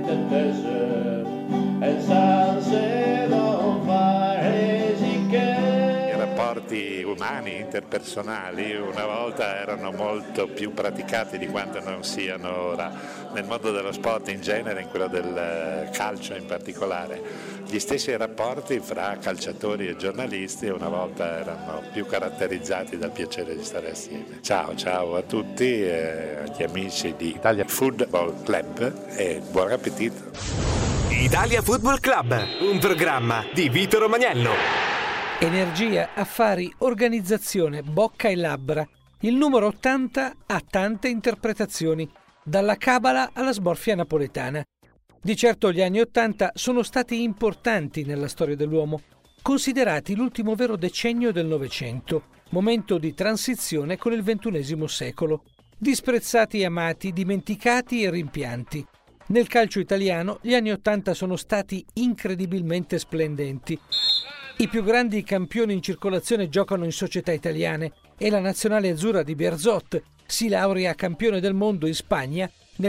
the desert and sunset on fire as he can. I rapporti umani, interpersonali, una volta erano molto più praticati di quanto non siano ora, nel mondo dello sport in genere, in quello del calcio in particolare. Gli stessi rapporti fra calciatori e giornalisti una volta erano più caratterizzati dal piacere di stare assieme. Ciao a tutti, agli amici di Italia Football Club e buon appetito. Italia Football Club, un programma di Vito Romagnello. Energia, affari, organizzazione, bocca e labbra. Il numero 80 ha tante interpretazioni, dalla cabala alla smorfia napoletana. Di certo gli anni 80 sono stati importanti nella storia dell'uomo, considerati l'ultimo vero decennio del Novecento, momento di transizione con il XXI secolo. Disprezzati e amati, dimenticati e rimpianti. Nel calcio italiano gli anni 80 sono stati incredibilmente splendenti. I più grandi campioni in circolazione giocano in società italiane e la nazionale azzurra di Bearzot si laurea campione del mondo in Spagna nel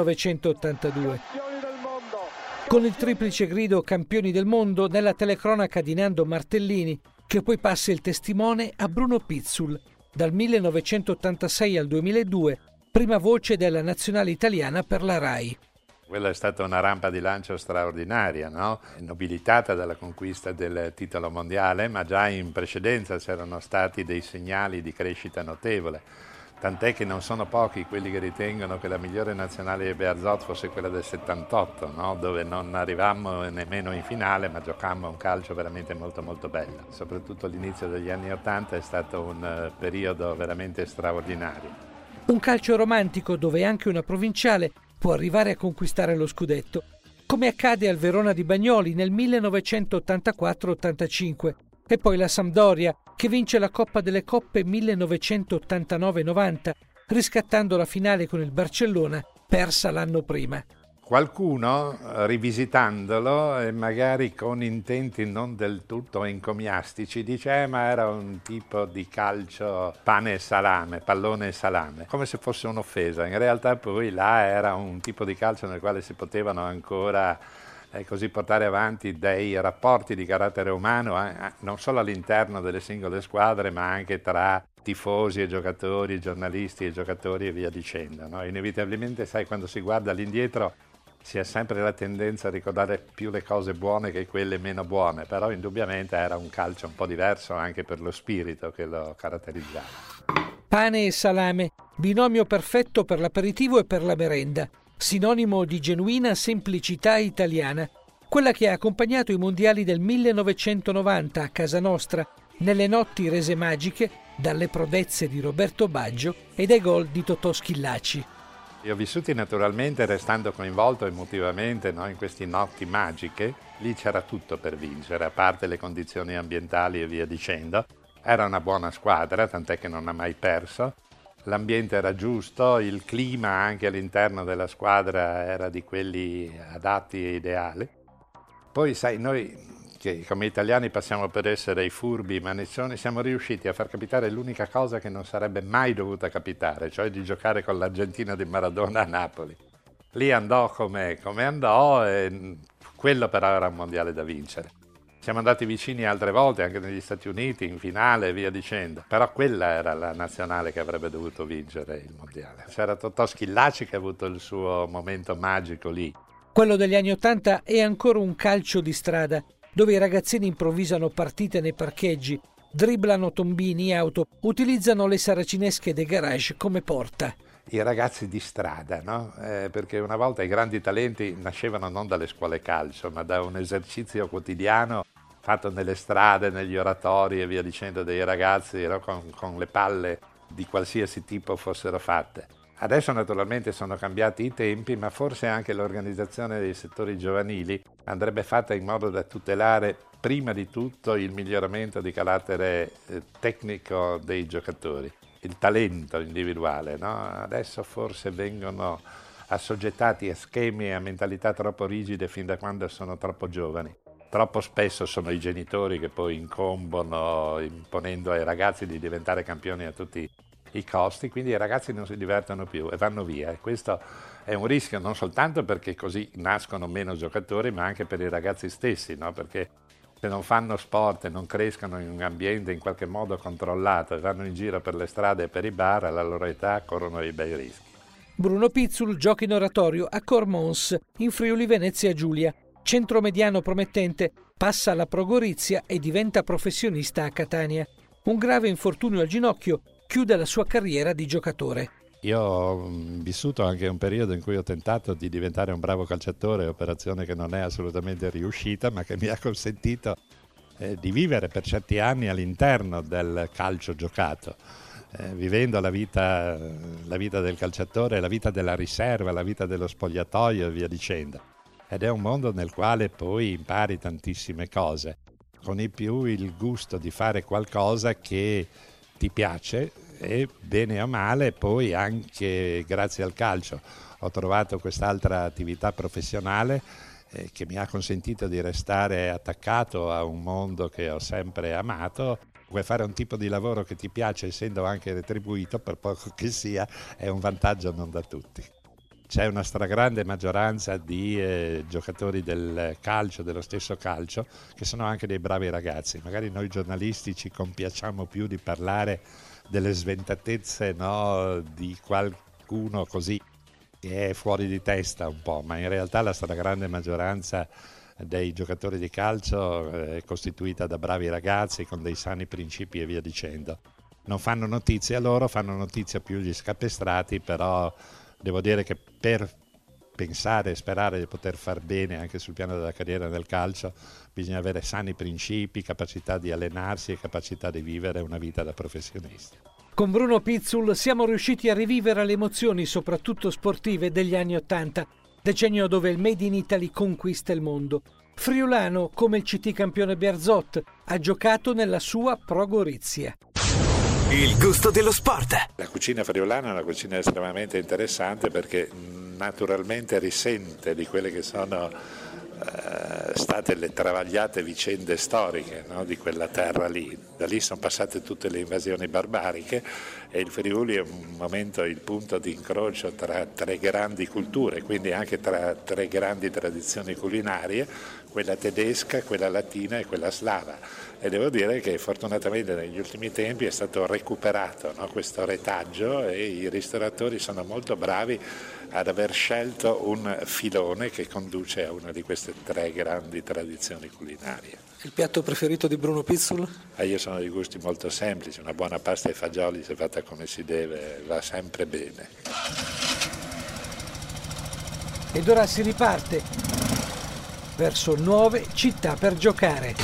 1982. Con il triplice grido campioni del mondo nella telecronaca di Nando Martellini, che poi passa il testimone a Bruno Pizzul, dal 1986 al 2002, prima voce della nazionale italiana per la RAI. Quella è stata una rampa di lancio straordinaria, no? Nobilitata dalla conquista del titolo mondiale, ma già in precedenza c'erano stati dei segnali di crescita notevole. Tant'è che non sono pochi quelli che ritengono che la migliore nazionale di Bearzot fosse quella del 78, no? Dove non arrivammo nemmeno in finale, ma giocammo un calcio veramente molto molto bello. Soprattutto l'inizio degli anni 80 è stato un periodo veramente straordinario. Un calcio romantico dove anche una provinciale può arrivare a conquistare lo scudetto, come accade al Verona di Bagnoli nel 1984-85, e poi la Sampdoria che vince la Coppa delle Coppe 1989-90, riscattando la finale con il Barcellona persa l'anno prima. Qualcuno, rivisitandolo e magari con intenti non del tutto encomiastici, dice ma era un tipo di calcio pane e salame, pallone e salame, come se fosse un'offesa. In realtà poi là era un tipo di calcio nel quale si potevano ancora così portare avanti dei rapporti di carattere umano, non solo all'interno delle singole squadre, ma anche tra tifosi e giocatori, giornalisti e giocatori e via dicendo, no? Inevitabilmente, sai, quando si guarda all'indietro si ha sempre la tendenza a ricordare più le cose buone che quelle meno buone, però indubbiamente era un calcio un po' diverso anche per lo spirito che lo caratterizzava. Pane e salame, binomio perfetto per l'aperitivo e per la merenda, sinonimo di genuina semplicità italiana, quella che ha accompagnato i mondiali del 1990 a casa nostra, nelle notti rese magiche dalle prodezze di Roberto Baggio e dai gol di Totò Schillaci. Li ho vissuti naturalmente restando coinvolto emotivamente, no, in queste notti magiche. Lì c'era tutto per vincere, a parte le condizioni ambientali e via dicendo. Era una buona squadra, tant'è che non ha mai perso. L'ambiente era giusto, il clima anche all'interno della squadra era di quelli adatti e ideali. Poi sai, noi che come italiani passiamo per essere i furbi maneccioni, siamo riusciti a far capitare l'unica cosa che non sarebbe mai dovuta capitare, cioè di giocare con l'Argentina di Maradona a Napoli. Lì andò come andò e quello però era un mondiale da vincere. Siamo andati vicini altre volte, anche negli Stati Uniti, in finale e via dicendo. Però quella era la nazionale che avrebbe dovuto vincere il mondiale. C'era Totò Schillaci che ha avuto il suo momento magico lì. Quello degli anni '80 è ancora un calcio di strada, dove i ragazzini improvvisano partite nei parcheggi, dribblano tombini e auto, utilizzano le saracinesche dei garage come porta. I ragazzi di strada, no? Perché una volta i grandi talenti nascevano non dalle scuole calcio, ma da un esercizio quotidiano fatto nelle strade, negli oratori e via dicendo dei ragazzi, no? con le palle di qualsiasi tipo fossero fatte. Adesso naturalmente sono cambiati i tempi, ma forse anche l'organizzazione dei settori giovanili andrebbe fatta in modo da tutelare prima di tutto il miglioramento di carattere tecnico dei giocatori, il talento individuale, no? Adesso forse vengono assoggettati a schemi e a mentalità troppo rigide fin da quando sono troppo giovani. Troppo spesso sono i genitori che poi incombono imponendo ai ragazzi di diventare campioni a tutti i costi, quindi i ragazzi non si divertono più e vanno via. E questo è un rischio non soltanto perché così nascono meno giocatori, ma anche per i ragazzi stessi, no? Perché se non fanno sport e non crescono in un ambiente in qualche modo controllato e vanno in giro per le strade e per i bar, alla loro età corrono dei bei rischi. Bruno Pizzul gioca in oratorio a Cormons, in Friuli Venezia Giulia. Centromediano promettente, passa alla Pro Gorizia e diventa professionista a Catania. Un grave infortunio al ginocchio chiude la sua carriera di giocatore. Io ho vissuto anche un periodo in cui ho tentato di diventare un bravo calciatore, operazione che non è assolutamente riuscita, ma che mi ha consentito di vivere per certi anni all'interno del calcio giocato, vivendo la vita del calciatore, la vita della riserva, la vita dello spogliatoio e via dicendo. Ed è un mondo nel quale poi impari tantissime cose, con in più il gusto di fare qualcosa che ti piace e bene o male poi anche grazie al calcio ho trovato quest'altra attività professionale che mi ha consentito di restare attaccato a un mondo che ho sempre amato. Puoi fare un tipo di lavoro che ti piace essendo anche retribuito, per poco che sia, è un vantaggio non da tutti. C'è una stragrande maggioranza di giocatori del calcio, dello stesso calcio, che sono anche dei bravi ragazzi. Magari noi giornalisti ci compiacciamo più di parlare delle sventatezze, no, di qualcuno così che è fuori di testa un po', ma in realtà la stragrande maggioranza dei giocatori di calcio è costituita da bravi ragazzi con dei sani principi e via dicendo. Non fanno notizia loro, fanno notizia più gli scapestrati, però devo dire che per pensare e sperare di poter far bene anche sul piano della carriera nel calcio bisogna avere sani principi, capacità di allenarsi e capacità di vivere una vita da professionisti. Con Bruno Pizzul siamo riusciti a rivivere le emozioni, soprattutto sportive, degli anni '80, decennio dove il Made in Italy conquista il mondo. Friulano, come il CT campione Bearzot, ha giocato nella sua Pro Gorizia. Il gusto dello sport. La cucina friulana è una cucina estremamente interessante perché naturalmente risente di quelle che sono state le travagliate vicende storiche, no, di quella terra lì. Da lì sono passate tutte le invasioni barbariche e il Friuli è un momento, il punto di incrocio tra tre grandi culture, quindi anche tra tre grandi tradizioni culinarie, quella tedesca, quella latina e quella slava. E devo dire che fortunatamente negli ultimi tempi è stato recuperato, no, questo retaggio e i ristoratori sono molto bravi ad aver scelto un filone che conduce a una di queste tre grandi tradizioni culinarie. Il piatto preferito di Bruno Pizzul? Io sono di gusti molto semplici, una buona pasta ai fagioli se fatta come si deve va sempre bene. Ed ora si riparte verso nuove città per giocare.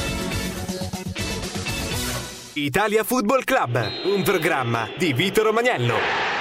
Italia Football Club, un programma di Vito Romagnello.